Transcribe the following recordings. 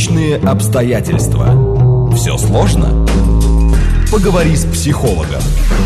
Личные обстоятельства. Все сложно? Поговори с психологом.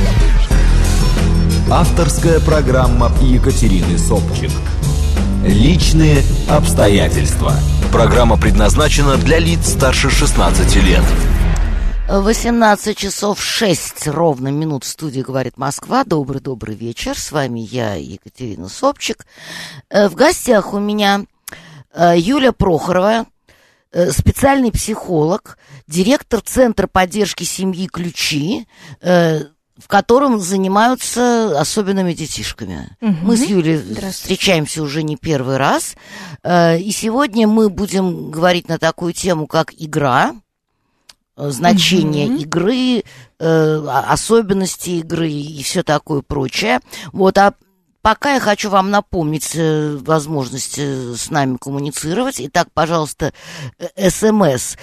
Авторская программа Екатерины Собчик. Личные обстоятельства. Программа предназначена для лиц старше 16 лет. 18 часов 6 ровно минут в студии «Говорит Москва». Добрый вечер. С вами я, Екатерина Собчик. В гостях у меня Юлия Прохорова, специальный психолог, директор Центра поддержки семьи «Ключи», в котором занимаются особенными детишками. Мы с Юлей встречаемся уже не первый раз. И сегодня мы будем говорить на такую тему, как игра, значение игры, особенности игры и все такое прочее. Вот, а пока я хочу вам напомнить возможность с нами коммуницировать. Итак, пожалуйста, СМС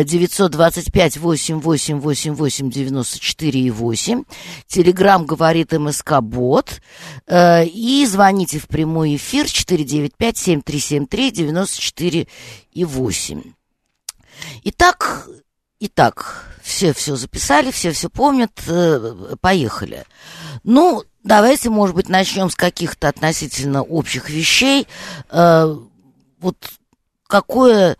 925-8888-94-8. Телеграм говорит МСК-бот. И звоните в прямой эфир 495-7373-94-8. Итак, все записали, все помнят. Поехали. Ну, давайте, может быть, начнем с каких-то относительно общих вещей. Вот какое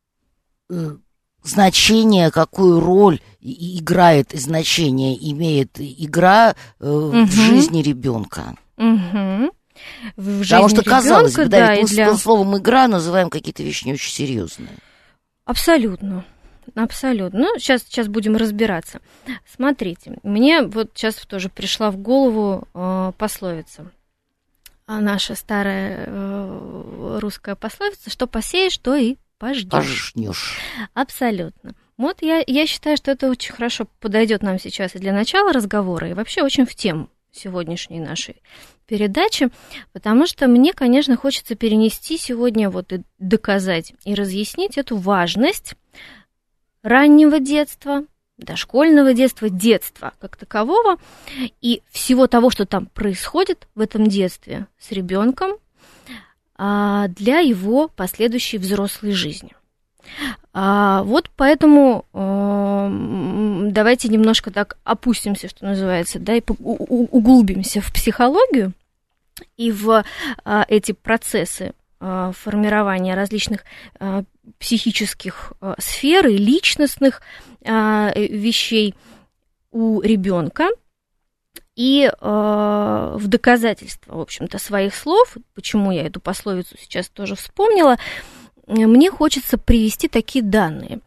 значение, какую роль играет и значение имеет игра в жизни ребенка? Потому что, казалось бы, да, ведь мы словом «игра» называем какие-то вещи не очень серьезные. Абсолютно. Ну, сейчас будем разбираться. Смотрите, мне вот сейчас тоже пришла в голову пословица. Наша старая русская пословица, что посеешь, то и пожнешь. Абсолютно. Вот я считаю, что это очень хорошо подойдет нам сейчас и для начала разговора, и вообще очень в тему сегодняшней нашей передачи, потому что мне, конечно, хочется перенести сегодня вот и доказать и разъяснить эту важность раннего детства, дошкольного детства как такового, и всего того, что там происходит в этом детстве с ребенком для его последующей взрослой жизни. Вот поэтому давайте немножко так опустимся, что называется, да, и углубимся в психологию и в эти процессы формирования различных психических сфер и личностных вещей у ребенка. И в доказательство, в общем-то, своих слов, почему я эту пословицу сейчас тоже вспомнила, мне хочется привести такие данные.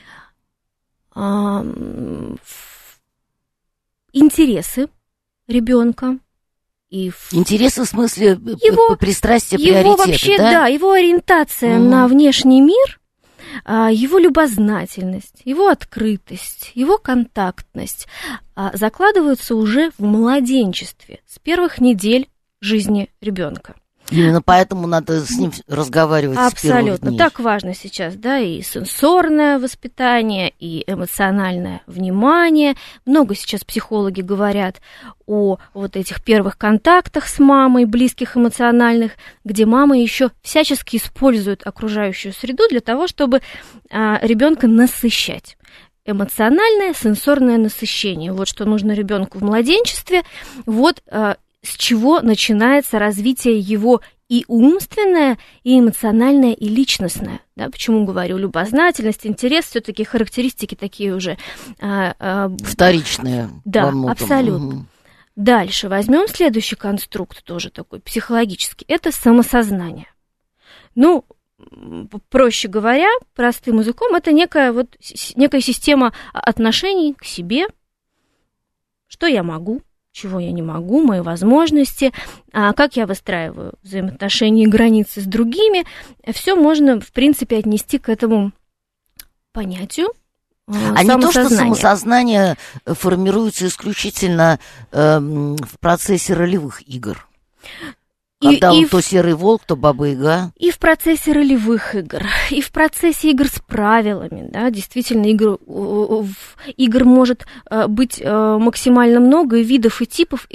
Интересы ребенка. Интересы в смысле пристрастия, приоритеты, его вообще, да, его ориентация на внешний мир, его любознательность, его открытость, его контактность закладываются уже в младенчестве, с первых недель жизни ребенка. Именно поэтому надо с ним разговаривать с первых дней. Абсолютно. Так важно сейчас, да, и сенсорное воспитание, и эмоциональное внимание. Много сейчас психологи говорят о вот этих первых контактах с мамой, близких эмоциональных, где мама еще всячески использует окружающую среду для того, чтобы ребенка насыщать. Эмоциональное, сенсорное насыщение. Вот что нужно ребенку в младенчестве. Вот с чего начинается развитие его и умственное, и эмоциональное, и личностное. Да, почему говорю любознательность, интерес, все-таки характеристики такие уже вторичные. Да, абсолютно. Дальше возьмем следующий конструкт, тоже такой психологический. Это самосознание. Ну, проще говоря, простым языком, это некая система отношений к себе, что я могу, чего я не могу, мои возможности, как я выстраиваю взаимоотношения и границы с другими. Все можно, в принципе, отнести к этому понятию А не то, что самосознание формируется исключительно в процессе ролевых игр. Когда он то серый волк, то баба-яга. И в процессе ролевых игр, и в процессе игр с правилами, да, действительно, игр может быть максимально много, и видов, и типов, и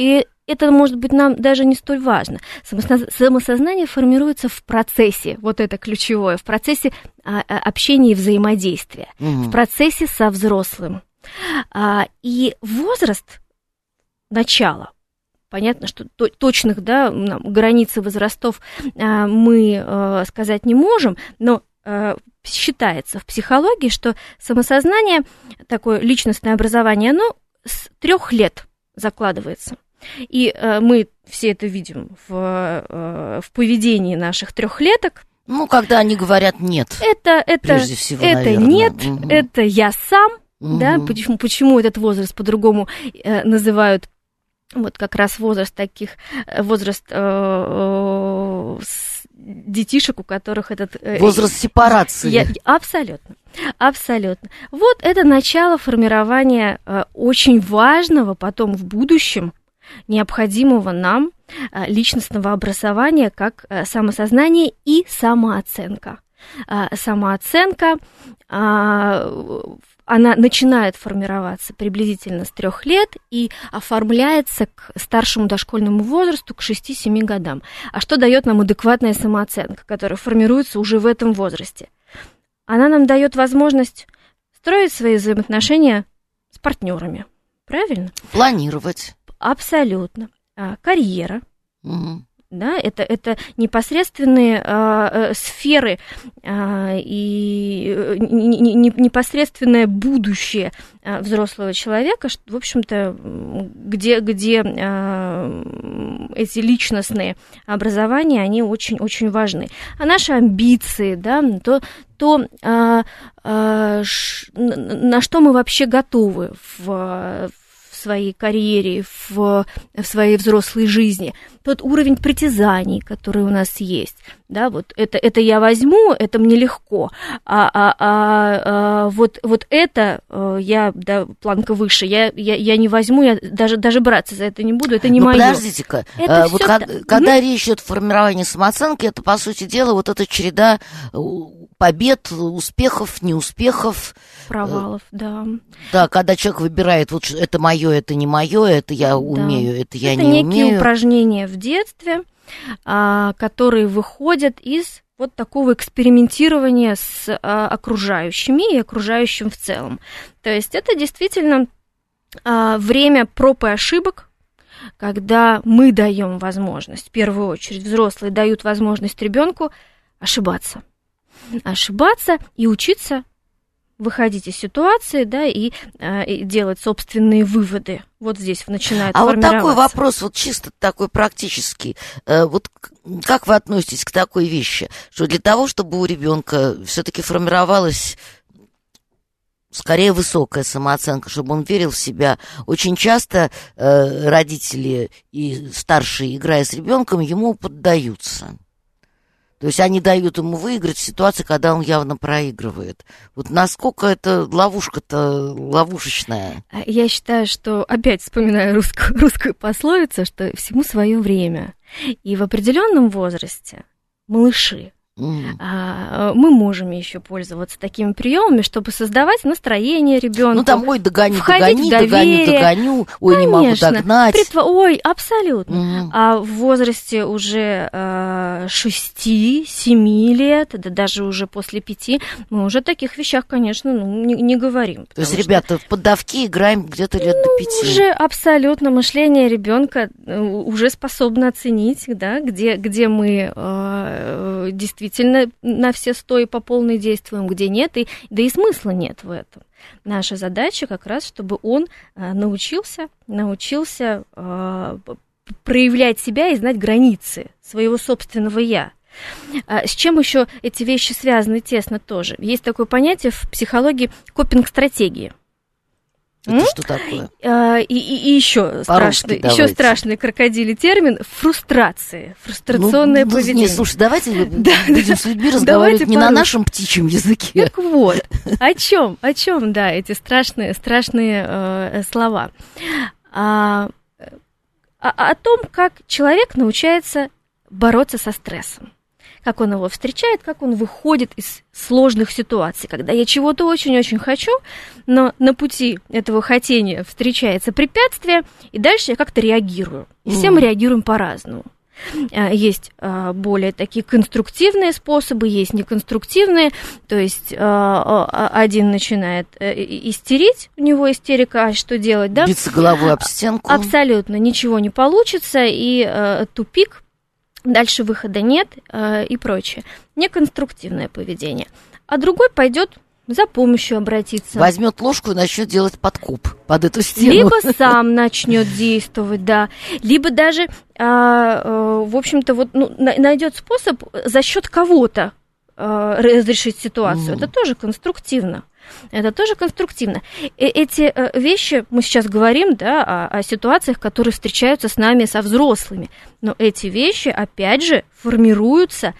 это, может быть, нам даже не столь важно. Самосознание формируется в процессе, вот это ключевое, в процессе общения и взаимодействия, в процессе со взрослым. И возраст начала, понятно, что точных, да, границ возрастов мы сказать не можем, но считается в психологии, что самосознание, такое личностное образование, оно с 3 лет закладывается. И мы все это видим в поведении наших 3-леток. Ну, когда они говорят «нет», прежде всего, это наверное. «нет», это «я сам», да, почему этот возраст по-другому называют, вот как раз возраст детишек, у которых этот... Возраст сепарации. Абсолютно. Вот это начало формирования очень важного потом в будущем, необходимого нам личностного образования, как самосознание и самооценка. Самооценка, она начинает формироваться приблизительно с 3 лет и оформляется к старшему дошкольному возрасту, к 6-7 годам. А что дает нам адекватная самооценка, которая формируется уже в этом возрасте? Она нам дает возможность строить свои взаимоотношения с партнерами. Правильно? Планировать. Абсолютно. Карьера. Да, это непосредственные сферы и непосредственное будущее взрослого человека, в общем-то, где эти личностные образования, они очень-очень важны. А наши амбиции, да, на что мы вообще готовы в своей карьере, в своей взрослой жизни, тот уровень притязаний, который у нас есть, да, вот это я возьму, это мне легко, вот это я, да, планка выше, я не возьму, я даже браться за это не буду, это не моё. Подождите-ка, вот когда речь идет о формировании самооценки, это, по сути дела, вот эта череда побед, успехов, неуспехов. Провалов, да. Да, когда человек выбирает, вот это мое, это не мое, это я умею, это я не умею. Это некие упражнения в детстве, которые выходят из вот такого экспериментирования с окружающими и окружающим в целом. То есть это действительно время проб и ошибок, когда мы даем возможность, в первую очередь взрослые дают возможность ребенку ошибаться и учиться выходить из ситуации, да, и делать собственные выводы. Вот здесь начинает формироваться. Вот такой вопрос, вот чисто такой практический. Вот как вы относитесь к такой вещи, что для того, чтобы у ребенка все-таки формировалась скорее высокая самооценка, чтобы он верил в себя, очень часто родители и старшие, играя с ребенком, ему поддаются. То есть они дают ему выиграть в ситуации, когда он явно проигрывает. Вот насколько это ловушка-то ловушечная? Я считаю, что, опять вспоминаю русскую пословицу, что всему свое время. И в определенном возрасте малыши, мы можем еще пользоваться такими приемами, чтобы создавать настроение ребенку. Ну там, ой, догоню, ой, конечно, не могу догнать. Ой, абсолютно. А в возрасте уже 6-7 лет, да даже уже после 5, мы уже о таких вещах, конечно, не говорим. То есть, ребята, в поддавки играем где-то лет до 5. Уже абсолютно мышление ребенка уже способно оценить, да, где мы действительно на все 100 и по полной действуем, где нет, да и смысла нет в этом. Наша задача как раз, чтобы он научился проявлять себя и знать границы своего собственного «я». С чем еще эти вещи связаны тесно тоже? Есть такое понятие в психологии копинг-стратегии. Это что такое? И еще страшный крокодилий термин фрустрация, фрустрационное поведение. Слушай, давайте будем с людьми разговаривать не на нашем птичьем языке. Так вот, о чем, да, эти страшные слова? О том, как человек научается бороться со стрессом, как он его встречает, как он выходит из сложных ситуаций, когда я чего-то очень-очень хочу, но на пути этого хотения встречается препятствие, и дальше я как-то реагирую. И все мы реагируем по-разному. Есть более такие конструктивные способы, есть неконструктивные, то есть один начинает истерить, у него истерика, а что делать, да? Биться головой об стенку. Абсолютно, ничего не получится, и тупик, дальше выхода нет и прочее. Неконструктивное поведение. А другой пойдет за помощью обратиться. Возьмет ложку и начнет делать подкуп под эту стену. Либо сам начнет действовать, да. Либо даже, в общем-то, вот, найдет способ за счет кого-то разрешить ситуацию. Это тоже конструктивно. Это тоже конструктивно. Эти вещи, мы сейчас говорим, да, о ситуациях, которые встречаются с нами, со взрослыми. Но эти вещи, опять же, формируются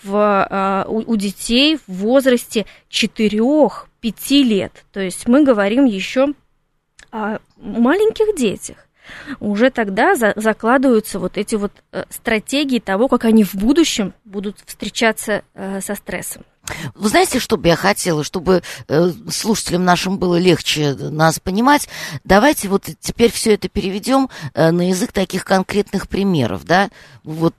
у детей в возрасте 4-5 лет. То есть мы говорим еще о маленьких детях. Уже тогда закладываются вот эти вот стратегии того, как они в будущем будут встречаться со стрессом. Вы знаете, что бы я хотела, чтобы слушателям нашим было легче нас понимать? Давайте вот теперь все это переведем на язык таких конкретных примеров, да? Вот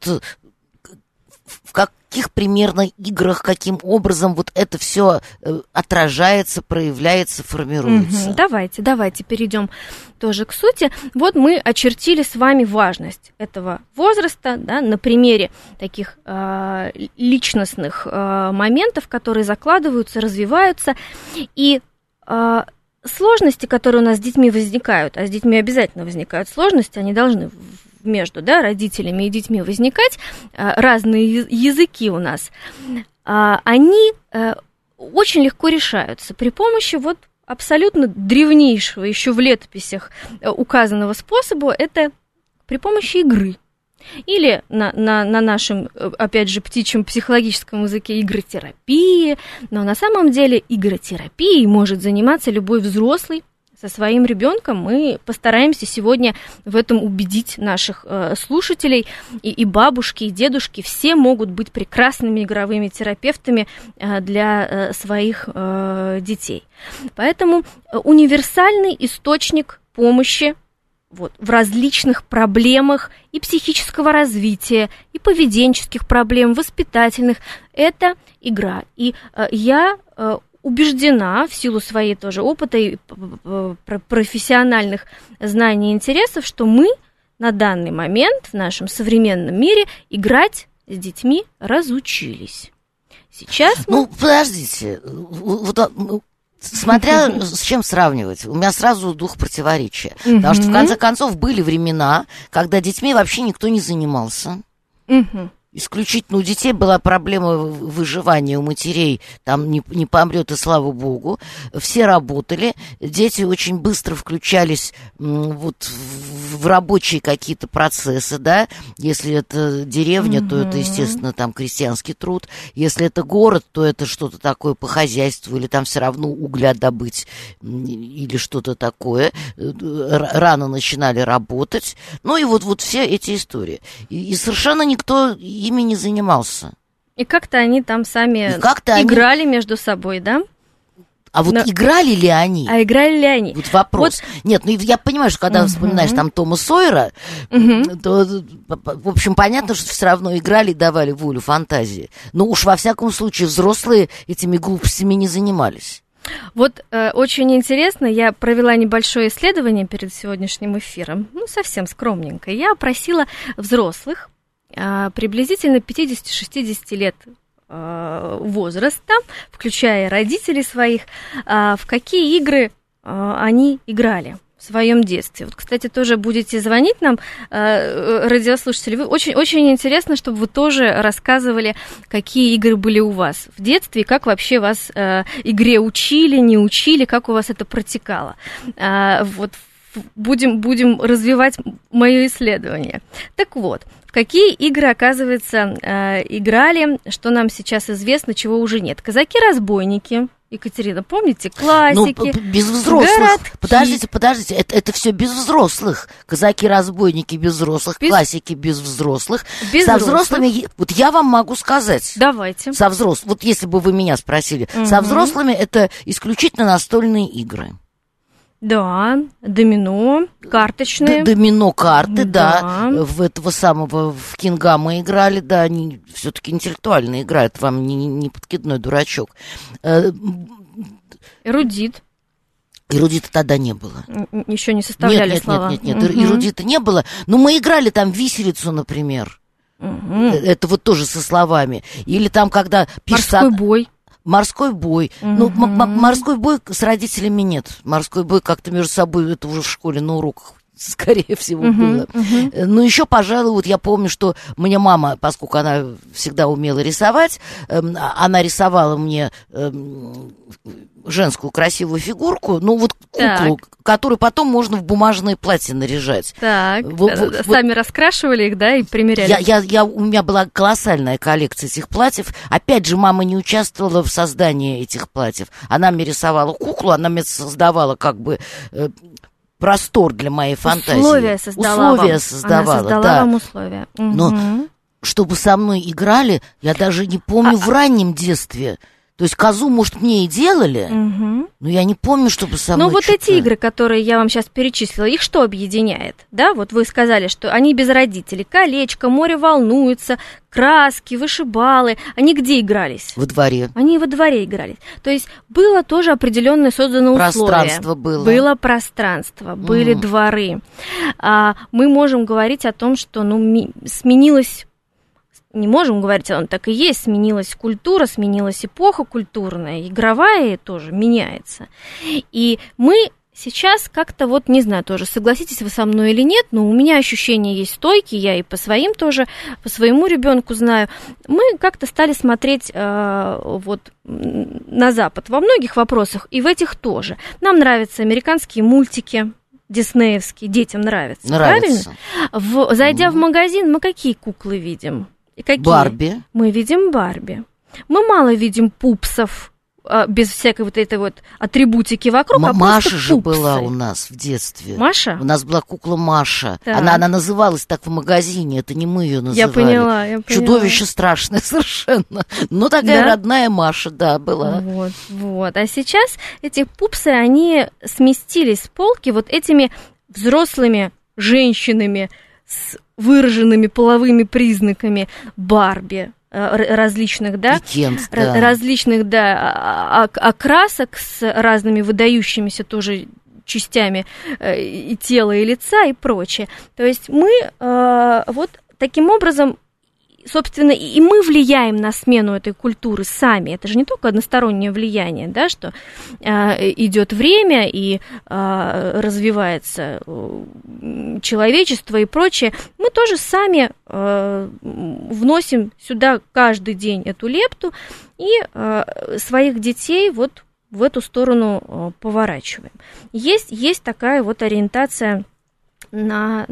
в каких примерно играх, каким образом вот это все отражается, проявляется, формируется? Давайте перейдем тоже к сути. Вот мы очертили с вами важность этого возраста, да, на примере таких личностных моментов, которые закладываются, развиваются, и сложности, которые у нас с детьми возникают, а с детьми обязательно возникают сложности, они должны между, да, родителями и детьми возникать, разные языки у нас, они очень легко решаются при помощи вот абсолютно древнейшего, еще в летописях указанного способа, это при помощи игры. Или на нашем, опять же, птичьем психологическом языке игротерапии, но на самом деле игротерапией может заниматься любой взрослый со своим ребенком. Мы постараемся сегодня в этом убедить наших слушателей, и бабушки, и дедушки, все могут быть прекрасными игровыми терапевтами для своих детей. Поэтому универсальный источник помощи вот, в различных проблемах и психического развития, и поведенческих проблем, воспитательных, это игра. И я убеждена в силу своей тоже опыта и профессиональных знаний и интересов, что мы на данный момент в нашем современном мире играть с детьми разучились. Сейчас мы... Подождите, смотря с чем сравнивать, у меня сразу дух противоречия. Потому что, в конце концов, были времена, когда детьми вообще никто не занимался. Исключительно у детей была проблема выживания у матерей, там не помрет, и слава богу. Все работали, дети очень быстро включались вот в рабочие какие-то процессы, да. Если это деревня, то это, естественно, там крестьянский труд. Если это город, то это что-то такое по хозяйству, или там все равно угля добыть, или что-то такое. Рано начинали работать. Ну и вот все эти истории. И совершенно никто ими не занимался. И как-то они там сами играли между собой, да? А вот играли ли они? А играли ли они? Вот вопрос. Вот. Нет, ну я понимаю, что когда вспоминаешь там Тома Сойера, то, в общем, понятно, что все равно играли и давали волю фантазии. Но уж во всяком случае взрослые этими глупостями не занимались. Вот очень интересно, я провела небольшое исследование перед сегодняшним эфиром, совсем скромненько. Я опросила взрослых, приблизительно 50-60 лет возраста, включая родителей своих, в какие игры они играли в своем детстве. Вот, кстати, тоже будете звонить нам, радиослушатели. Вы очень интересно, чтобы вы тоже рассказывали, какие игры были у вас в детстве, и как вообще вас игре учили, не учили, как у вас это протекало. Вот будем развивать мое исследование. Так вот, в какие игры, оказывается, играли, что нам сейчас известно, чего уже нет. Казаки-разбойники, Екатерина, помните? Классики. Без взрослых. Городки. Подождите, это все без взрослых. Казаки-разбойники без взрослых, классики без взрослых. Со взрослыми, вот я вам могу сказать. Давайте. Со взрослыми, вот если бы вы меня спросили, со взрослыми это исключительно настольные игры. Да, домино, карточные. Домино, карты, да. В этого самого, в Кинга мы играли, да, они все-таки интеллектуально играют, вам не подкидной дурачок. Эрудит. Эрудита тогда не было. Еще не составляли слова. Нет, эрудита не было. Но мы играли там виселицу, например. Это вот тоже со словами. Или там, когда... Морской бой. Морской бой. Ну, морской бой с родителями нет. Морской бой как-то между собой, это уже в школе на уроках, скорее всего, было. Ну, еще, пожалуй, вот я помню, что мне мама, поскольку она всегда умела рисовать, она рисовала мне женскую красивую фигурку, ну, вот куклу, которую потом можно в бумажные платья наряжать. Так, сами раскрашивали их, да, и примеряли? У меня была колоссальная коллекция этих платьев. Опять же, мама не участвовала в создании этих платьев. Она мне рисовала куклу, она мне создавала как бы... простор для моей фантазии. Условия создавала. Она создала вам условия. Но чтобы со мной играли, я даже не помню в раннем детстве. То есть козу, может, мне и делали, но я не помню, чтобы со мной... Ну, вот эти игры, которые я вам сейчас перечислила, их что объединяет? Да, вот вы сказали, что они без родителей. Колечко, море волнуется, краски, вышибалы. Они где игрались? Во дворе. Они во дворе игрались. То есть было тоже определенное создано условие. Пространство было. Было пространство, были дворы. Мы можем говорить о том, что сменилось... Не можем говорить, он так и есть, сменилась культура, сменилась эпоха культурная, игровая тоже меняется. И мы сейчас как-то вот, не знаю, тоже согласитесь вы со мной или нет, но у меня ощущения есть стойкие, я и по своим тоже, по своему ребенку знаю. Мы как-то стали смотреть вот на Запад во многих вопросах, и в этих тоже. Нам нравятся американские мультики, диснеевские, детям нравятся. Правильно? Зайдя в магазин, мы какие куклы видим? И какие? Барби. Мы видим Барби. Мы мало видим пупсов, без всякой вот этой вот атрибутики вокруг, Маша же была у нас в детстве. Маша? У нас была кукла Маша. Она называлась так в магазине, это не мы ее называли. Я поняла. Чудовище страшное совершенно. Но такая родная Маша, да, была. Вот. А сейчас эти пупсы, они сместились с полки вот этими взрослыми женщинами с выраженными половыми признаками Барби различных, да, различных, да, окрасок с разными выдающимися тоже частями и тела, и лица, и прочее. То есть мы вот таким образом, собственно, и мы влияем на смену этой культуры сами. Это же не только одностороннее влияние, да, что идет время и развивается человечество и прочее. Мы тоже сами вносим сюда каждый день эту лепту и своих детей вот в эту сторону поворачиваем. Есть такая вот ориентация на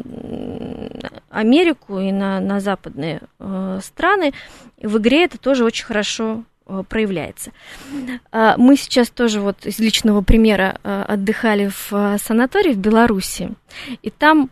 Америку и на западные страны. В игре это тоже очень хорошо проявляется. Мы сейчас тоже вот из личного примера отдыхали в санатории в Беларуси, и там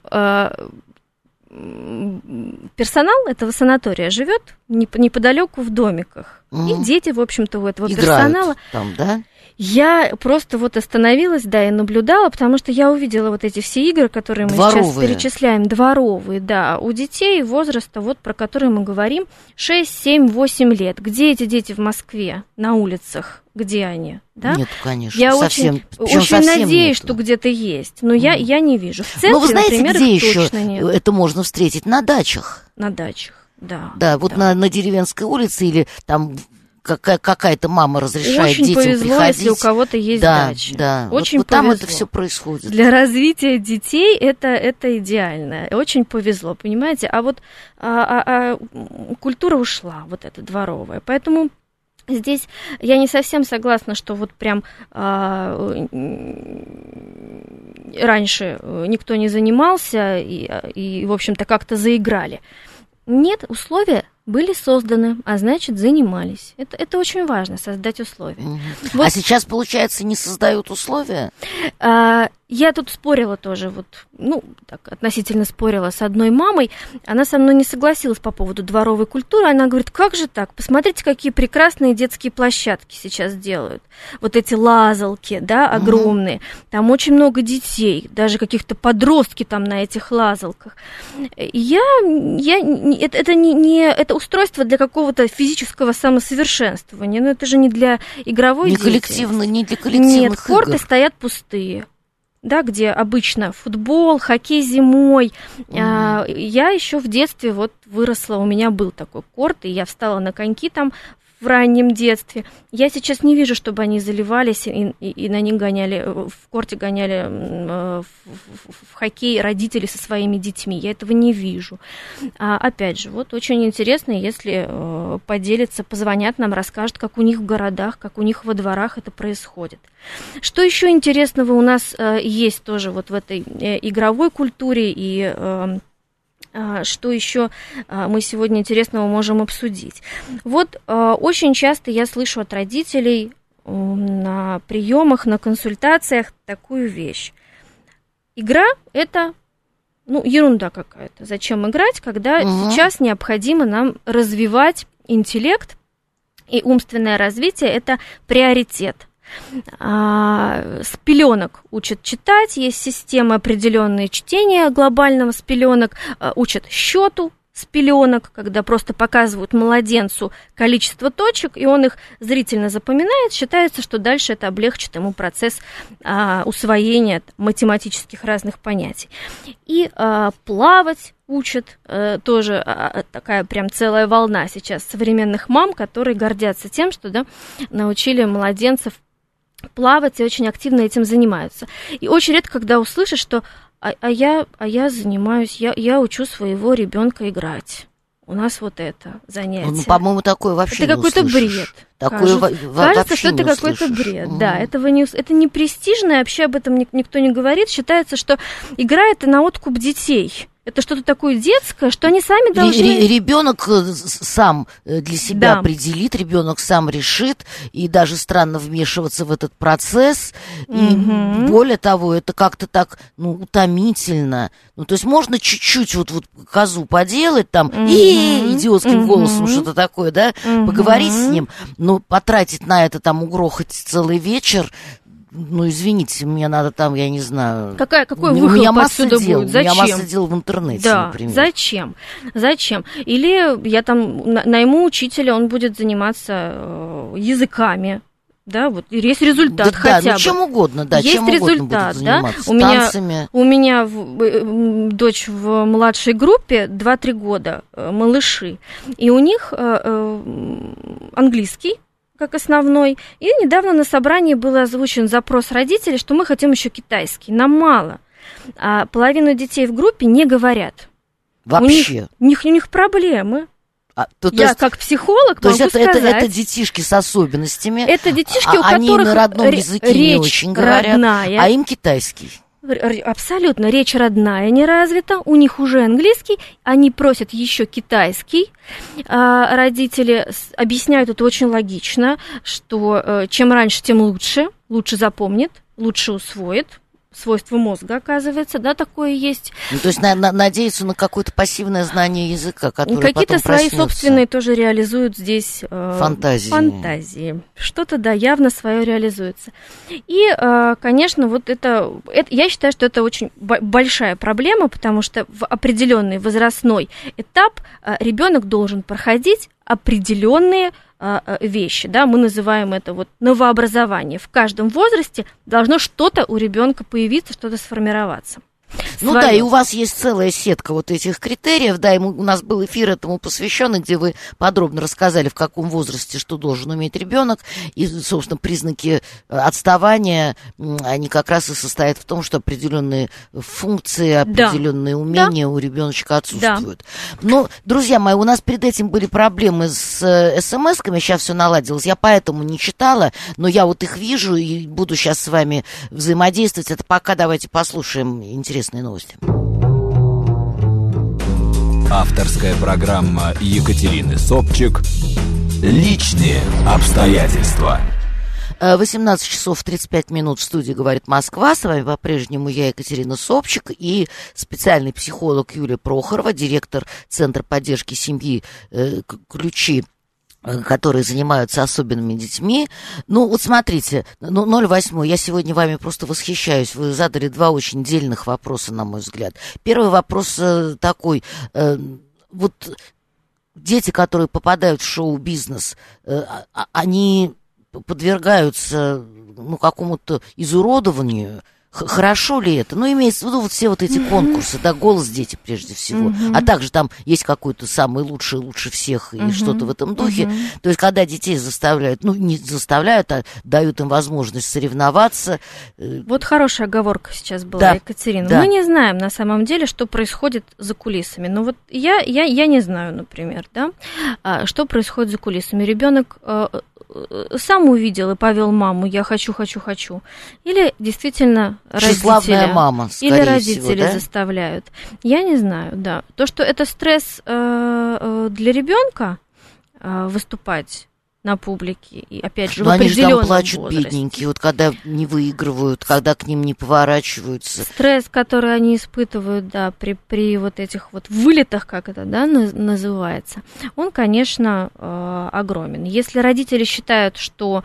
персонал этого санатория живет неподалеку в домиках. И дети, в общем-то, у этого персонала... Там, да? Я просто вот остановилась, да, и наблюдала, потому что я увидела вот эти все игры, которые мы сейчас перечисляем, дворовые, да, у детей возраста, вот про которые мы говорим, 6, 7, 8 лет. Где эти дети в Москве, на улицах? Где они? Да? Нет, конечно. Я очень надеюсь, что где-то есть, но я не вижу. В центре, вы знаете, например, где еще нет. Это можно встретить? На дачах. На дачах, да. Да, вот на деревенской улице или там... Какая-то мама разрешает очень детям повезло, приходить. Если у кого-то есть дача. Да, очень вот там это все происходит. Для развития детей это идеально. Очень повезло, понимаете? А вот культура ушла, вот эта дворовая. Поэтому здесь я не совсем согласна, что вот прям раньше никто не занимался и в общем-то, как-то заиграли. Нет, условия были созданы, а значит, занимались. Это очень важно, создать условия. Вот. А сейчас, получается, не создают условия? Я тут спорила тоже, относительно спорила с одной мамой. Она со мной не согласилась по поводу дворовой культуры. Она говорит, как же так? Посмотрите, какие прекрасные детские площадки сейчас делают. Вот эти лазалки, да, огромные. Там очень много детей, даже каких-то подростки там на этих лазалках. Это устройство для какого-то физического самосовершенствования. Но это же не для игровой деятельности. Не для коллективных Нет, корты стоят пустые. Да, где обычно футбол, хоккей зимой. Я еще в детстве выросла, у меня был такой корт, и я встала на коньки там в раннем детстве. Я сейчас не вижу, чтобы они заливались и на них гоняли, в корте гоняли в хоккей родители со своими детьми. Я этого не вижу. Опять же, очень интересно, если поделятся, позвонят нам, расскажут, как у них в городах, как у них во дворах это происходит. Что еще интересного у нас есть тоже в этой игровой культуре, и что еще мы сегодня интересного можем обсудить? Очень часто я слышу от родителей на приемах, на консультациях такую вещь. Игра – это ерунда какая-то. Зачем играть, когда сейчас необходимо нам развивать интеллект, и умственное развитие – это приоритет. С пеленок учат читать, есть системы определенные чтения глобального с пеленок, учат счету с пеленок, когда просто показывают младенцу количество точек, и он их зрительно запоминает, считается, что дальше это облегчит ему процесс усвоения математических разных понятий. И плавать учат, тоже такая прям целая волна сейчас современных мам, которые гордятся тем, что научили младенцев плавать и очень активно этим занимаются. И очень редко, когда услышишь, что я занимаюсь, я учу своего ребенка играть. У нас это занятие. По-моему, такое вообще это не услышишь. Это какой-то бред. Кажется, что это какой-то бред. Да, это не престижно, и вообще об этом никто не говорит. Считается, что игра – это на откуп детей. Это что-то такое детское, что они сами должны... Ребенок сам для себя определит, ребенок сам решит, и даже странно вмешиваться в этот процесс. И более того, это как-то так, утомительно. То есть можно чуть-чуть козу поделать, там, идиотским голосом что-то такое, да, поговорить с ним, но потратить на это, там, угрохать целый вечер. Извините, мне надо там, я не знаю... Какой выхлоп отсюда будет? Зачем? У меня масса дел в интернете, например. Зачем? Или я там найму учителя, он будет заниматься языками. Да, есть результат хотя бы. Чем угодно, есть чем результат, угодно будет заниматься, танцами. У меня дочь в младшей группе 2-3 года, малыши, и у них английский как основной. И недавно на собрании был озвучен запрос родителей, что мы хотим еще китайский. Нам мало. А половину детей в группе не говорят. Вообще? У них проблемы. Я как психолог могу сказать. Это детишки с особенностями. Это детишки, у они которых на родном языке не очень говорят, родная. А им китайский. Абсолютно, речь родная не развита, у них уже английский, они просят еще китайский. Родители объясняют это очень логично, что чем раньше, тем лучше запомнит, лучше усвоит. Свойство мозга, оказывается, такое есть. То есть надеяться на какое-то пассивное знание языка, которое какие-то потом свои проснется. Собственные тоже реализуют здесь фантазии. Что-то, явно свое реализуется. И, конечно, это я считаю, что это очень большая проблема, потому что в определенный возрастной этап ребенок должен проходить определенные вещи, мы называем это новообразование. В каждом возрасте должно что-то у ребенка появиться, что-то сформироваться. И у вас есть целая сетка этих критериев, и у нас был эфир этому посвященный, где вы подробно рассказали, в каком возрасте что должен уметь ребенок, и, собственно, признаки отставания, они как раз и состоят в том, что определенные функции, определенные умения у ребеночка отсутствуют. Но, друзья мои, у нас перед этим были проблемы с смс-ками, сейчас все наладилось, я поэтому не читала, но я их вижу и буду сейчас с вами взаимодействовать. Это пока давайте послушаем интересные новости. Авторская программа Екатерины Собчик «Личные обстоятельства». 18 часов 35 минут в студии «Говорит Москва». С вами по-прежнему я, Екатерина Собчик, и специальный психолог Юлия Прохорова, директор Центра поддержки семьи «Ключи», которые занимаются особенными детьми. Ну, вот смотрите, 08, я сегодня вами просто восхищаюсь. Вы задали два очень дельных вопроса, на мой взгляд. Первый вопрос такой. Вот дети, которые попадают в шоу-бизнес, они подвергаются какому-то изуродованию. Хорошо ли это? Имеется в виду вот все вот эти конкурсы, да, «Голос дети» прежде всего, а также там есть какой-то самый лучший, лучше всех и что-то в этом духе. То есть, когда детей заставляют, не заставляют, а дают им возможность соревноваться. Вот хорошая оговорка сейчас была, да, Екатерина. Да. Мы не знаем на самом деле, что происходит за кулисами. Но вот я не знаю, например, да, что происходит за кулисами. Ребенок сам увидел и повел маму: я хочу. Или действительно тщеславная мама, или родители всего, да? Заставляют. Я не знаю, да. То, что это стресс для ребенка выступать на публике, и опять же, в определенном возрасте. Они же там плачут, бедненькие, вот когда не выигрывают, когда к ним не поворачиваются. Стресс, который они испытывают, да, при вот этих вот вылетах, как это, да, называется, он, конечно, огромен. Если родители считают, что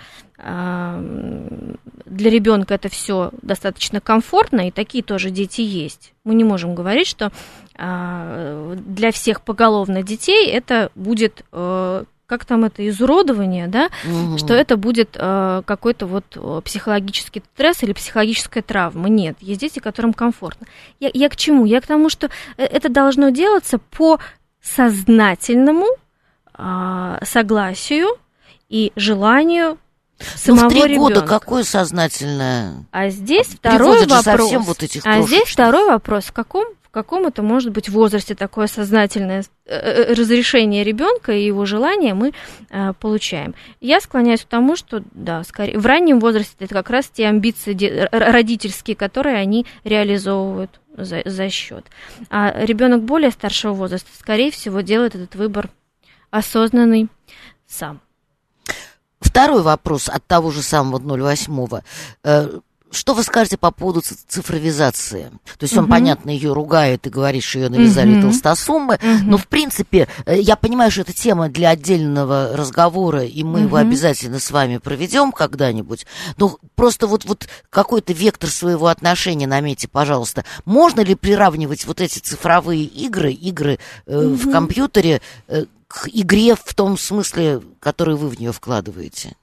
для ребенка это все достаточно комфортно, и такие тоже дети есть, мы не можем говорить, что для всех поголовно детей это будет как там это, изуродование, да, что это будет какой-то вот психологический стресс или психологическая травма. Нет, есть дети, которым комфортно. Я к чему? Я к тому, что это должно делаться по сознательному согласию и желанию самого ребенка. В 3 года какое сознательное? А здесь второй вопрос. Вот этих здесь второй вопрос. В каком это может быть возрасте такое сознательное разрешение ребенка и его желания мы получаем. Я склоняюсь к тому, что да, скорее в раннем возрасте это как раз те амбиции родительские, которые они реализовывают за счет. А ребенок более старшего возраста, скорее всего, делает этот выбор осознанный сам. Второй вопрос от того же самого 08-го. Что вы скажете по поводу цифровизации? То есть он, понятно, ее ругает и говорит, что ее навязали толстосумы, но, в принципе, я понимаю, что это тема для отдельного разговора, и мы его обязательно с вами проведем когда-нибудь. Но просто вот какой-то вектор своего отношения наметьте, пожалуйста. Можно ли приравнивать вот эти цифровые игры в компьютере к игре в том смысле, который вы в нее вкладываете?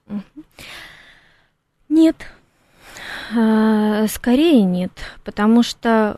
Нет. Скорее нет, потому что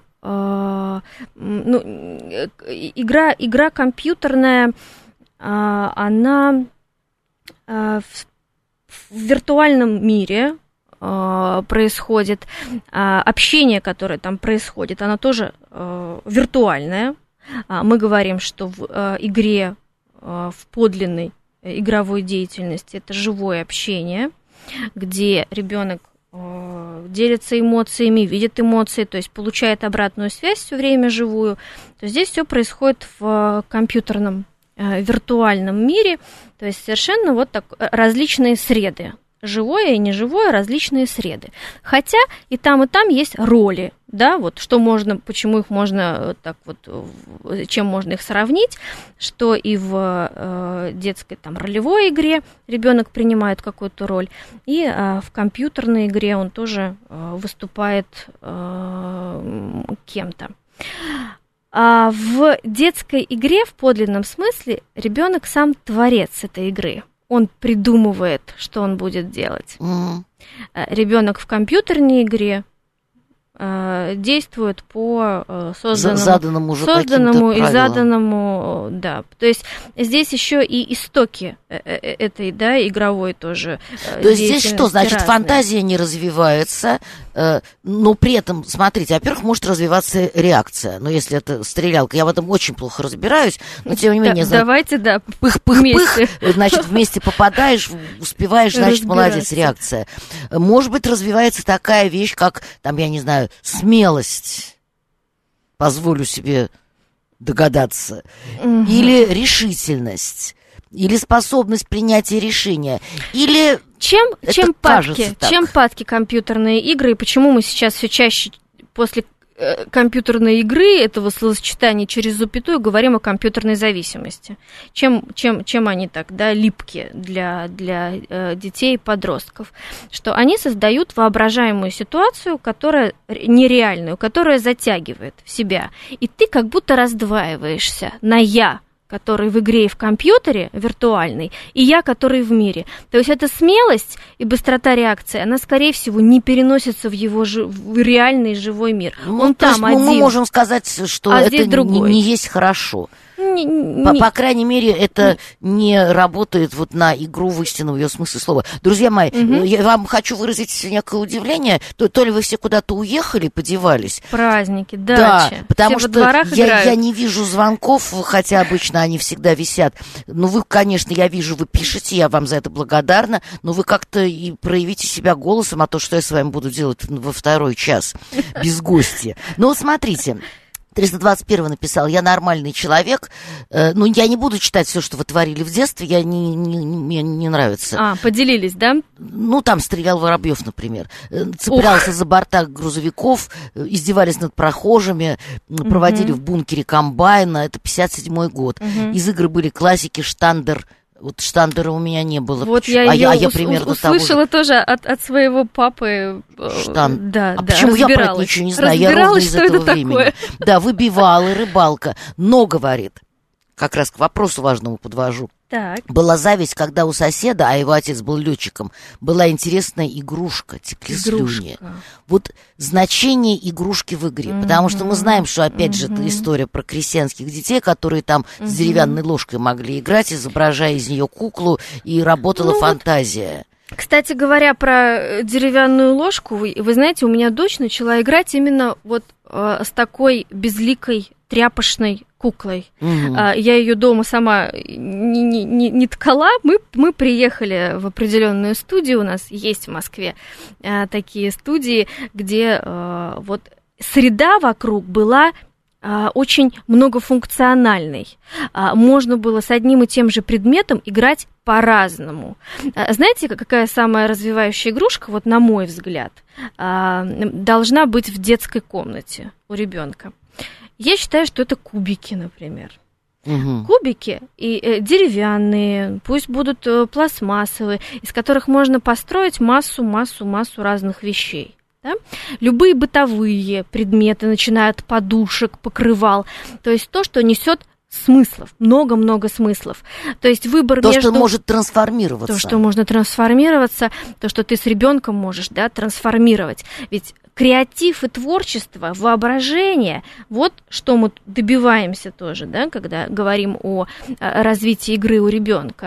игра компьютерная, она в виртуальном мире происходит, общение, которое там происходит, оно тоже виртуальное. Мы говорим, что в игре, в подлинной игровой деятельности это живое общение, где ребенок делится эмоциями, видит эмоции, то есть получает обратную связь все время живую, то здесь все происходит в компьютерном виртуальном мире, то есть совершенно вот так различные среды, живое и неживое, различные среды. Хотя и там есть роли, да, вот что можно, почему их можно так вот, чем можно их сравнить, что и в детской там ролевой игре ребенок принимает какую-то роль, и в компьютерной игре он тоже выступает кем-то. А в детской игре в подлинном смысле ребенок сам творец этой игры. Он придумывает, что он будет делать. Ребенок в компьютерной игре действует по созданному и заданному, да. То есть здесь еще и истоки этой, да, игровой тоже. То есть здесь что, значит, разные. Фантазия не развивается, но при этом, смотрите, во-первых, может развиваться реакция. Но если это стрелялка, я в этом очень плохо разбираюсь, но тем не менее... Давайте, да, пых-пых-пых, значит, вместе попадаешь, успеваешь, значит, молодец, реакция. Может быть, развивается такая вещь, как, там, я не знаю, смелость. Позволю себе догадаться, или решительность, или способность принятия решения, или... Чем падки компьютерные игры, и почему мы сейчас все чаще после компьютерной игры, этого словосочетания через запятую, говорим о компьютерной зависимости? Чем они так, да, липкие для детей и подростков? Что они создают воображаемую ситуацию, которая нереальную, которая затягивает в себя. И ты как будто раздваиваешься на «я», который в игре и в компьютере виртуальный, и я, который в мире. То есть эта смелость и быстрота реакции, она, скорее всего, не переносится в его в реальный живой мир. Он там один. Мы можем сказать, что это не есть хорошо. По крайней мере, это не работает вот на игру в истинном ее смысле слова. Друзья мои, я вам хочу выразить некое удивление. То ли вы все куда-то уехали, подевались. Праздники, дачи. Да, потому что я не вижу звонков, хотя обычно они всегда висят. Ну, вы, конечно, я вижу, вы пишете, я вам за это благодарна, но вы как-то и проявите себя голосом, а то, что я с вами буду делать во второй час без гостя. Ну, вот смотрите. 321 написал: я нормальный человек, ну, я не буду читать все, что вы творили в детстве, мне не нравится. Поделились, да? Ну, там стрелял Воробьев, например, цеплялся за борта грузовиков, издевались над прохожими, проводили в бункере комбайна, это 57-й год. Из игр были классики «Штандер». Вот «Штандера» у меня не было. Вот я примерно услышала тоже от своего папы. Да, почему я про это ничего не знаю? Я ровно из этого времени. Да, выбивала, рыбалка. Но, говорит, как раз к вопросу важному подвожу. Так. Была зависть, когда у соседа, а его отец был летчиком, была интересная игрушка, теплеслюни. Вот значение игрушки в игре. Потому что мы знаем, что, опять же, это история про крестьянских детей, которые там с деревянной ложкой могли играть, изображая из нее куклу, и работала фантазия. Кстати говоря, про деревянную ложку, вы знаете, у меня дочь начала играть именно вот с такой безликой тряпочной куклой. Я ее дома сама не ткала. Мы приехали в определенную студию. У нас есть в Москве такие студии, где вот среда вокруг была очень многофункциональной. Можно было с одним и тем же предметом играть по-разному. Знаете, какая самая развивающая игрушка, вот на мой взгляд, должна быть в детской комнате у ребенка? Я считаю, что это кубики, например. Кубики и деревянные, пусть будут пластмассовые, из которых можно построить массу разных вещей. Да? Любые бытовые предметы, начиная от подушек, покрывал, то есть то, что несет смыслов, много-много смыслов. То есть выбор то, что может трансформироваться. То, что можно трансформироваться, то, что ты с ребенком можешь, да, трансформировать. Ведь креатив и творчество, воображение, вот что мы добиваемся тоже, да, когда говорим о развитии игры у ребенка,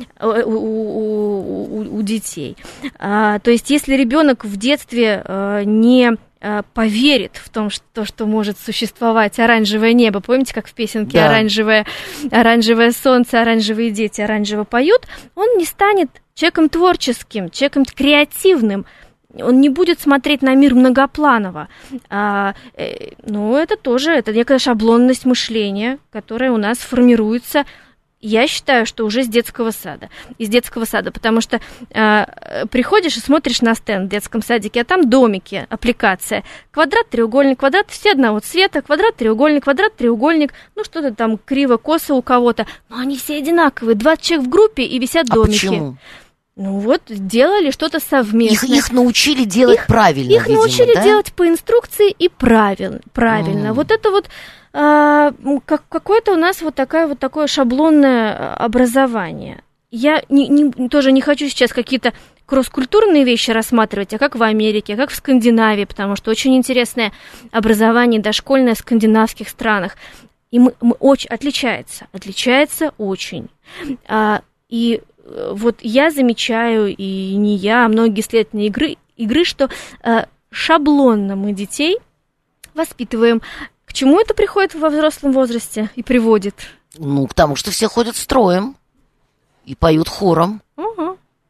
у детей. То есть если ребенок в детстве не поверит в том, что может существовать оранжевое небо. Помните, как в песенке «Оранжевое солнце, оранжевые дети оранжево поют», он не станет человеком творческим, человеком креативным. Он не будет смотреть на мир многопланово. Ну, это некая шаблонность мышления, которая у нас формируется, я считаю, что уже из детского сада, потому что приходишь и смотришь на стенд в детском садике, а там домики, аппликация, квадрат, треугольник, квадрат, все одного цвета, квадрат, треугольник, ну что-то там криво-косо у кого-то, но они все одинаковые, 20 человек в группе и висят домики. Почему? Ну вот, делали что-то совместно. Их научили делать правильно, Их научили делать по инструкции и правильно. Вот это вот какое-то у нас вот такое шаблонное образование. Я тоже не хочу сейчас какие-то кросс-культурные вещи рассматривать, а как в Америке, а как в Скандинавии, потому что очень интересное образование дошкольное в скандинавских странах. И мы очень отличается очень. И вот я замечаю, и не я, а многие исследователи игры, что шаблонно мы детей воспитываем. К чему это приходит во взрослом возрасте и приводит? Ну, к тому, что все ходят строем и поют хором.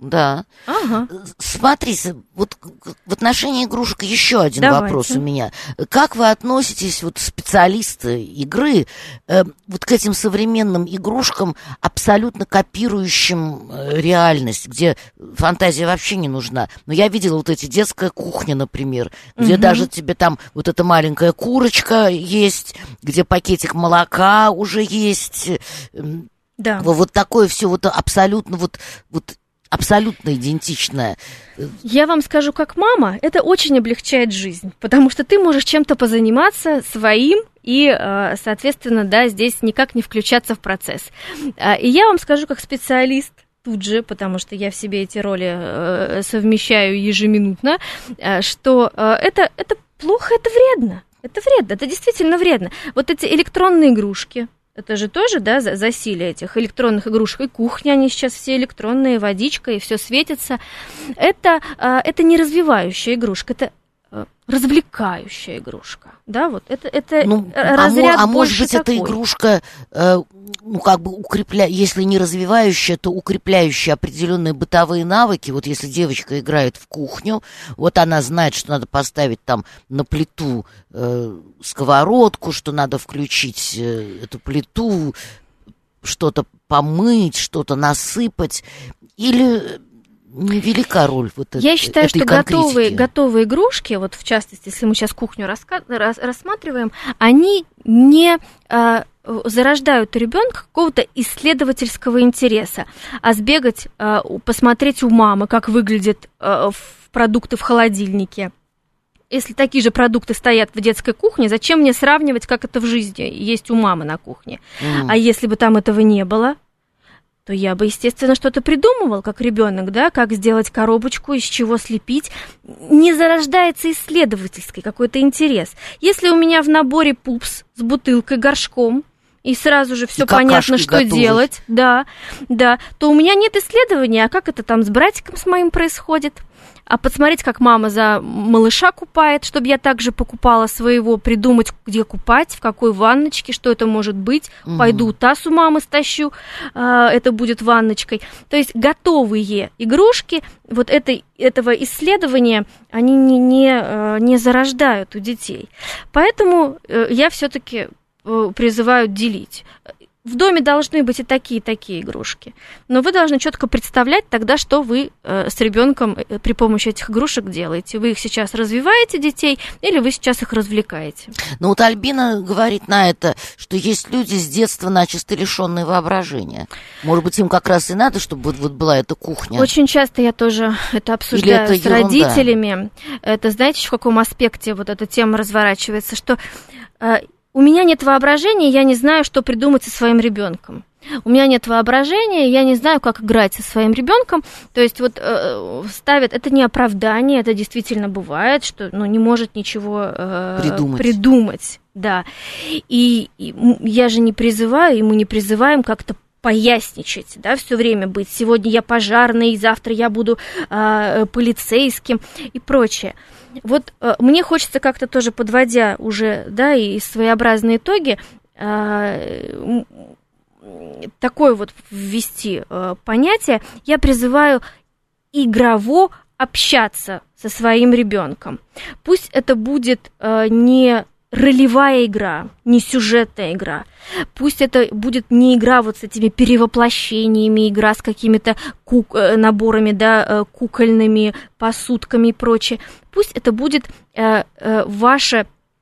Да. Ага. Смотри, вот в отношении игрушек еще один Давайте. вопрос у меня. Как вы относитесь, вот специалисты игры, вот к этим современным игрушкам, абсолютно копирующим реальность, где фантазия вообще не нужна? Но я видела вот эти детская кухня, например, где даже тебе там вот эта маленькая курочка есть, где пакетик молока уже есть. Да. Вот такое все вот абсолютно вот абсолютно идентичное. Я вам скажу, как мама, это очень облегчает жизнь, потому что ты можешь чем-то позаниматься своим и, соответственно, да, здесь никак не включаться в процесс. И я вам скажу, как специалист, тут же, потому что я в себе эти роли совмещаю ежеминутно, что это плохо, это вредно. Это вредно, это действительно вредно. Вот эти электронные игрушки, это же тоже, да, засилие этих электронных игрушек, и кухня, они сейчас все электронные, водичка, и все светится. Это не развивающая игрушка, это развлекающая игрушка, да, вот это разряд а может быть, такой. эта игрушка, как бы если не развивающая, то укрепляющая определенные бытовые навыки. Вот если девочка играет в кухню, вот она знает, что надо поставить там на плиту сковородку, что надо включить эту плиту, что-то помыть, что-то насыпать, или невелика роль вот этой. Я считаю, этой что конкретики. готовые игрушки, вот в частности, если мы сейчас кухню рассматриваем, они не зарождают у ребенка какого-то исследовательского интереса, а сбегать, посмотреть у мамы, как выглядят продукты в холодильнике. Если такие же продукты стоят в детской кухне, зачем мне сравнивать, как это в жизни есть у мамы на кухне? А если бы там этого не было, то я бы, естественно, что-то придумывал, как ребенок, да, как сделать коробочку, из чего слепить. Не зарождается исследовательский какой-то интерес. Если у меня в наборе пупс с бутылкой, горшком, и сразу же все понятно, что готовы. делать, да, то у меня нет исследования, а как это там с братиком с моим происходит. А посмотреть, как мама за малыша купает, чтобы я также покупала своего, придумать, где купать, в какой ванночке, что это может быть. Пойду таз у мамы стащу, это будет ванночкой. То есть готовые игрушки вот этого исследования, они не зарождают у детей. Поэтому я все-таки призываю делить. В доме должны быть и такие игрушки. Но вы должны четко представлять тогда, что вы с ребенком при помощи этих игрушек делаете. Вы их сейчас развиваете, детей, или вы сейчас их развлекаете? Ну вот Альбина говорит на это, что есть люди с детства начисто лишенные воображения. Может быть, им как раз и надо, чтобы вот была эта кухня. Очень часто я тоже это обсуждаю с родителями. Это, знаете, в каком аспекте вот эта тема разворачивается, что у меня нет воображения, я не знаю, что придумать со своим ребенком. У меня нет воображения, я не знаю, как играть со своим ребенком. То есть вот ставят, это не оправдание, это действительно бывает, что не может ничего придумать. Да. И я же не призываю, и мы не призываем как-то поясничать, да, все время быть. Сегодня я пожарный, завтра я буду полицейским и прочее. Вот мне хочется как-то тоже, подводя уже, да, и своеобразные итоги, такое вот ввести понятие. Я призываю игрово общаться со своим ребенком. Пусть это будет не ролевая игра, не сюжетная игра. Пусть это будет не игра вот с этими перевоплощениями, игра с какими-то наборами, да, кукольными посудками и прочее. Пусть это будет ваш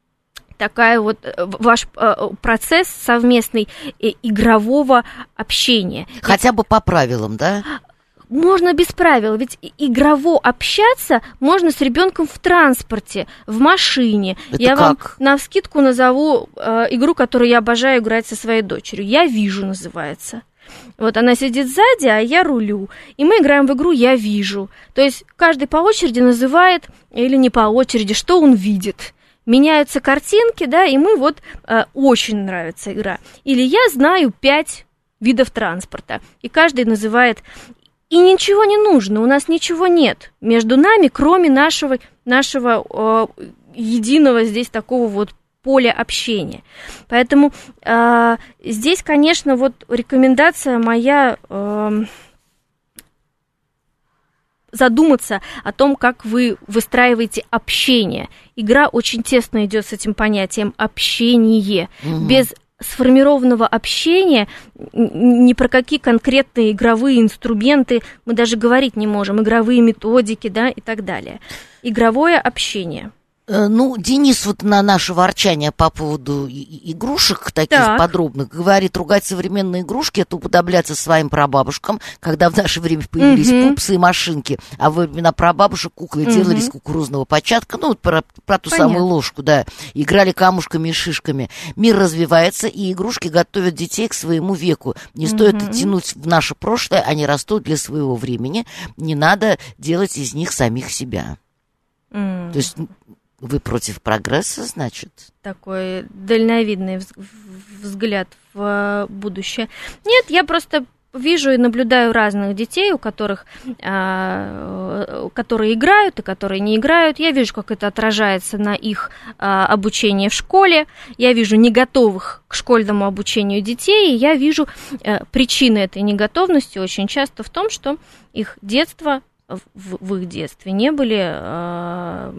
процесс совместный игрового общения. Хотя бы по правилам, да? Можно без правил, ведь игрово общаться можно с ребенком в транспорте, в машине. Это я как? вам навскидку назову игру, которую я обожаю играть со своей дочерью. «Я вижу» называется. Вот она сидит сзади, а я рулю. И мы играем в игру «Я вижу». То есть каждый по очереди называет, или не по очереди, что он видит. Меняются картинки, да, и мы вот очень нравится игра. Или «Я знаю 5 видов транспорта». И каждый называет. И ничего не нужно, у нас ничего нет между нами, кроме нашего единого здесь такого вот поля общения. Поэтому здесь, конечно, вот рекомендация моя задуматься о том, как вы выстраиваете общение. Игра очень тесно идет с этим понятием общение. Без сформированного общения ни про какие конкретные игровые инструменты мы даже говорить не можем, игровые методики, да, и так далее. Игровое общение. Ну, Денис вот на наше ворчание по поводу игрушек таких подробных говорит, ругать современные игрушки — это уподобляться своим прабабушкам, когда в наше время появились пупсы и машинки, а во времена прабабушек куклы делали из кукурузного початка, ну, вот про ту самую ложку, да, играли камушками и шишками. Мир развивается, и игрушки готовят детей к своему веку. Не стоит тянуть в наше прошлое, они растут для своего времени, не надо делать из них самих себя. То есть... Вы против прогресса, значит? Такой дальновидный взгляд в будущее. Нет, я просто вижу и наблюдаю разных детей, у которых, которые играют и которые не играют. Я вижу, как это отражается на их обучении в школе. Я вижу неготовых к школьному обучению детей. И я вижу причины этой неготовности очень часто в том, что их детство... в их детстве не было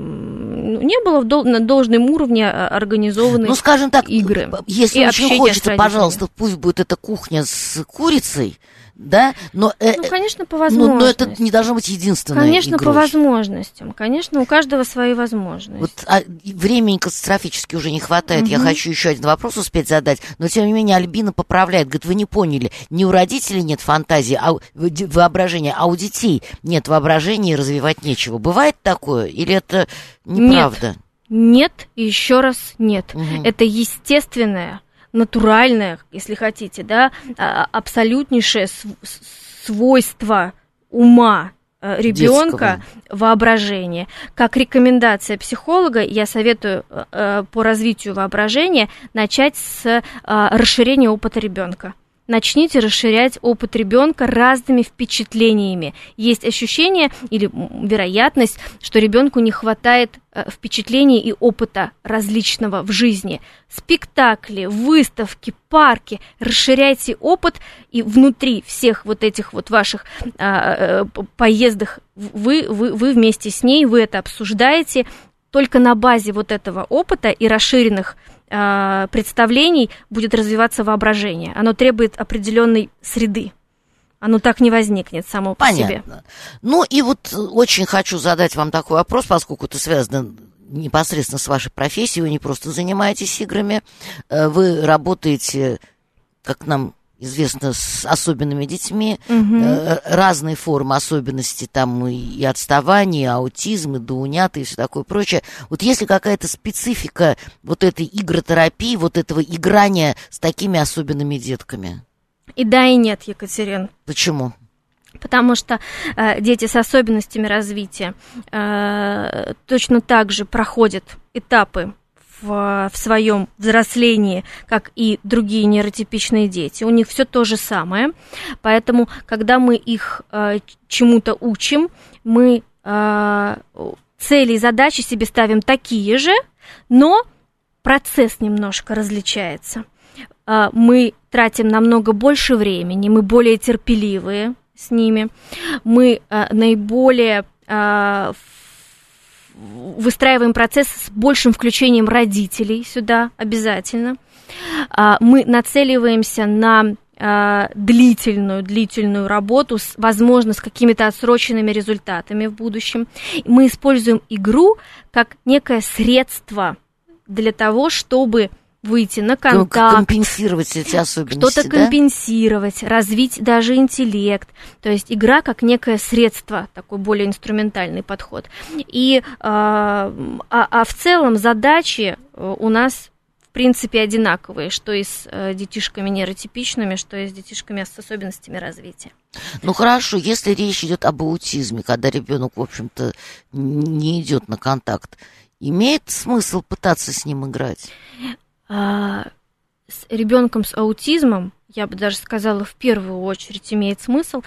на должном уровне организованы, ну, скажем так, игры. Если очень хочется, пожалуйста, пусть будет эта кухня с курицей, да, но... конечно, по возможностям. Но это не должно быть единственной Конечно, игрой. По возможностям. Конечно, у каждого свои возможности. Вот, времени катастрофически уже не хватает. Я хочу еще один вопрос успеть задать, но, тем не менее, Альбина поправляет. Говорит, вы не поняли, не у родителей нет фантазии, воображения, а у детей нет воображения и развивать нечего. Бывает такое? Или это неправда? Нет, и еще раз нет. Это естественное, натуральное, если хотите, да, абсолютнейшее свойство ума ребенка, воображение. Как рекомендация психолога, я советую по развитию воображения начать с расширения опыта ребенка. Начните расширять опыт ребенка разными впечатлениями. Есть ощущение или вероятность, что ребенку не хватает впечатлений и опыта различного в жизни. Спектакли, выставки, парки. Расширяйте опыт, и внутри всех вот этих вот ваших поездок вы вместе с ней, вы это обсуждаете. Только на базе вот этого опыта и расширенных представлений будет развиваться воображение. Оно требует определенной среды. Оно так не возникнет само по себе. Ну и вот очень хочу задать вам такой вопрос, поскольку это связано непосредственно с вашей профессией, вы не просто занимаетесь играми, вы работаете, как нам известно, с особенными детьми, разные формы особенностей, там и отставание, и аутизм, и даунята, и все такое прочее. Вот есть ли какая-то специфика вот этой игротерапии, вот этого играния с такими особенными детками? И да, и нет, Екатерин. Почему? Потому что дети с особенностями развития точно так же проходят этапы в своем взрослении, как и другие нейротипичные дети. У них все то же самое. Поэтому, когда мы их чему-то учим, мы цели и задачи себе ставим такие же, но процесс немножко различается. Мы тратим намного больше времени, мы более терпеливые с ними, мы наиболее выстраиваем процесс с большим включением родителей сюда обязательно. Мы нацеливаемся на длительную работу, возможно, с какими-то отсроченными результатами в будущем. Мы используем игру как некое средство для того, чтобы выйти на контакт, компенсировать эти особенности, что-то компенсировать, развить даже интеллект. То есть игра как некое средство, такой более инструментальный подход. И в целом задачи у нас в принципе одинаковые, что и с детишками нейротипичными, что и с детишками с особенностями развития. Ну хорошо, если речь идет об аутизме, когда ребенок, в общем-то, не идет на контакт, имеет смысл пытаться с ним играть? С ребенком с аутизмом, я бы даже сказала, в первую очередь имеет смысл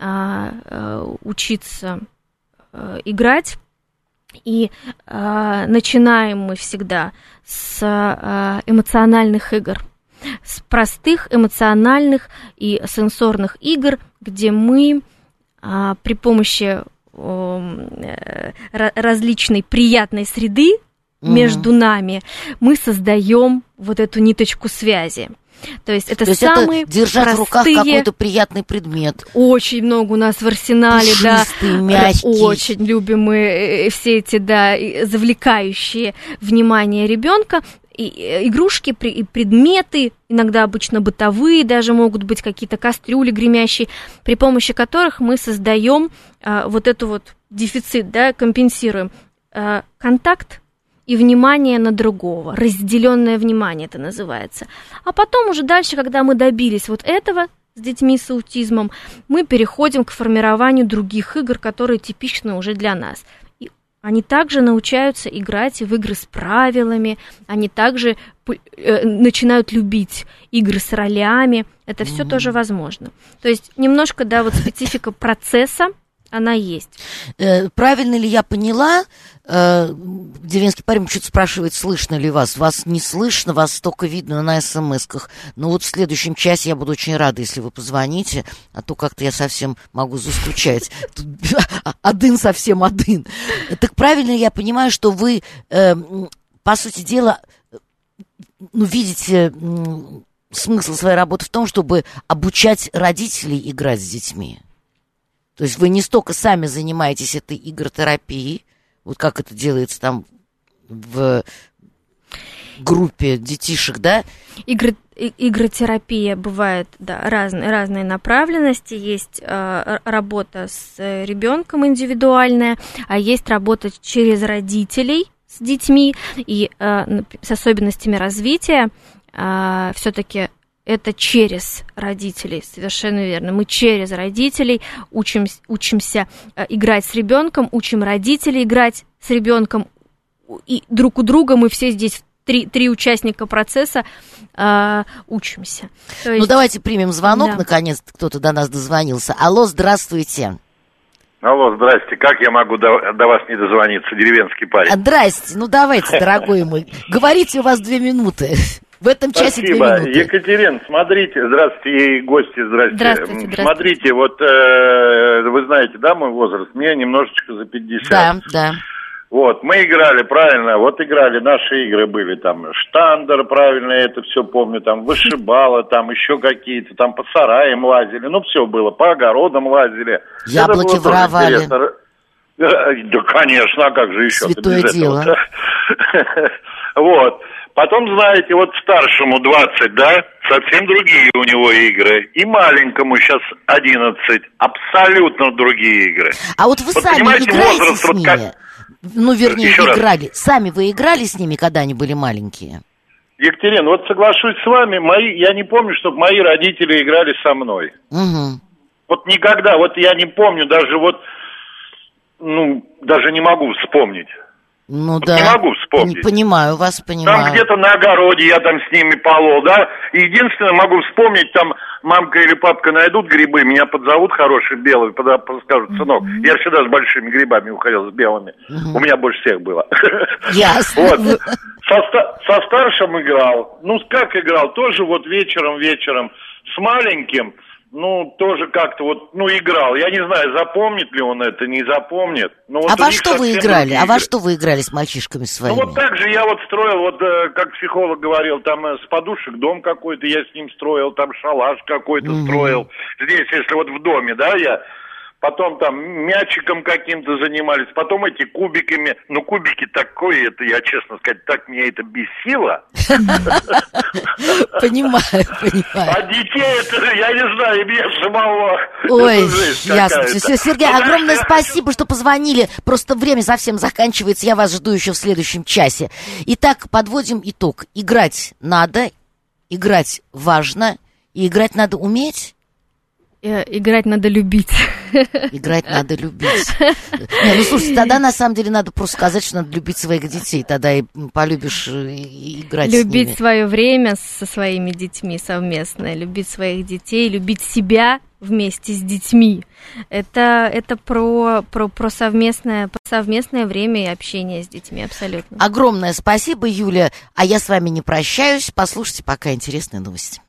учиться играть. И начинаем мы всегда с эмоциональных игр, с простых эмоциональных и сенсорных игр, где мы при помощи различной приятной среды между нами, мы создаем вот эту ниточку связи. То есть это самые это держать простые, в руках какой-то приятный предмет. Очень много у нас в арсенале, пушистый, да, мягкий. очень любим мы все эти, да, завлекающие внимание ребенка. И игрушки, и предметы, иногда обычно бытовые, даже могут быть какие-то кастрюли гремящие, при помощи которых мы создаем вот эту вот дефицит, да, компенсируем контакт и внимание на другого, разделенное внимание это называется. А потом уже дальше, когда мы добились вот этого с детьми с аутизмом, мы переходим к формированию других игр, которые типичны уже для нас. И они также научаются играть в игры с правилами, они также начинают любить игры с ролями. Это все тоже возможно. То есть немножко, да, вот специфика процесса, она есть. Правильно ли я поняла? Деревенский парень что-то спрашивает, слышно ли вас. Вас не слышно, вас только видно на смс-ках. Но вот в следующем часе я буду очень рада, если вы позвоните, а то как-то я совсем могу заскучать. Один совсем один. Так правильно ли я понимаю, что вы, по сути дела, видите смысл своей работы в том, чтобы обучать родителей играть с детьми? То есть вы не столько сами занимаетесь этой игротерапией, вот как это делается там в группе детишек, да? Игротерапия бывает, да, разные направленности. Есть работа с ребенком индивидуальная, а есть работа через родителей с детьми и с особенностями развития. Все-таки это через родителей, совершенно верно. Мы через родителей учимся играть с ребенком, учим родителей играть с ребенком, и друг у друга мы все здесь три участника процесса учимся. То есть, давайте примем звонок, да. Наконец-то кто-то до нас дозвонился. Алло, здравствуйте. Алло, здрасте. Как я могу до вас не дозвониться, деревенский парень? Здрасте, давайте, дорогой мой. Говорите, у вас 2 минуты. В этом часе 2 минуты. Спасибо. Екатерина, смотрите, здравствуйте, и гости, Здравствуйте. Смотрите, вот вы знаете, да, мой возраст? Мне немножечко за 50. Да. Вот, мы играли, правильно, наши игры были, там, штандер, правильно, я это все помню, там, вышибало, там, еще какие-то, там, по сараям лазили, все было, по огородам лазили. Яблоки воровали. Да, конечно, а как же еще? Святое дело. Вот. Потом, знаете, вот старшему 20, да, совсем другие у него игры. И маленькому сейчас 11, абсолютно другие игры. А вот вы сами играете с ними? Играли. Раз. Сами вы играли с ними, когда они были маленькие? Екатерина, вот соглашусь с вами, я не помню, чтобы мои родители играли со мной. Угу. Вот никогда, вот я не помню, даже даже не могу вспомнить. Да. Не могу вспомнить. Понимаю вас, понимаю. Там где-то на огороде я там с ними полол, да. И единственное, могу вспомнить, там мамка или папка найдут грибы, меня подзовут хорошие белые, скажут, сынок, я всегда с большими грибами уходил, с белыми. У меня больше всех было. Ясно. Вот. Со старшим играл. Как играл? Тоже вот вечером с маленьким. Тоже как-то играл. Я не знаю, запомнит ли он это, не запомнит. А во что вы играли? Во что вы играли с мальчишками своими? Так же я строил, как психолог говорил, там с подушек дом какой-то я с ним строил, там шалаш какой-то строил. Здесь, если в доме, да, я... Потом там мячиком каким-то занимались, потом эти кубиками. Кубики такое, это я, честно сказать, так меня это бесило. Понимаю. А детей это, я не знаю, меня самого. Ой, ясно. Сергей, огромное спасибо, что позвонили. Просто время совсем заканчивается, я вас жду еще в следующем часе. Итак, подводим итог. Играть надо, играть важно, и играть надо уметь. Играть надо любить. Играть надо любить. Слушайте, тогда на самом деле надо просто сказать, что надо любить своих детей. Тогда и полюбишь играть с ними. Любить свое время со своими детьми совместное. Любить своих детей, любить себя вместе с детьми. Это про совместное время и общение с детьми, абсолютно. Огромное спасибо, Юля. А я с вами не прощаюсь. Послушайте пока интересные новости.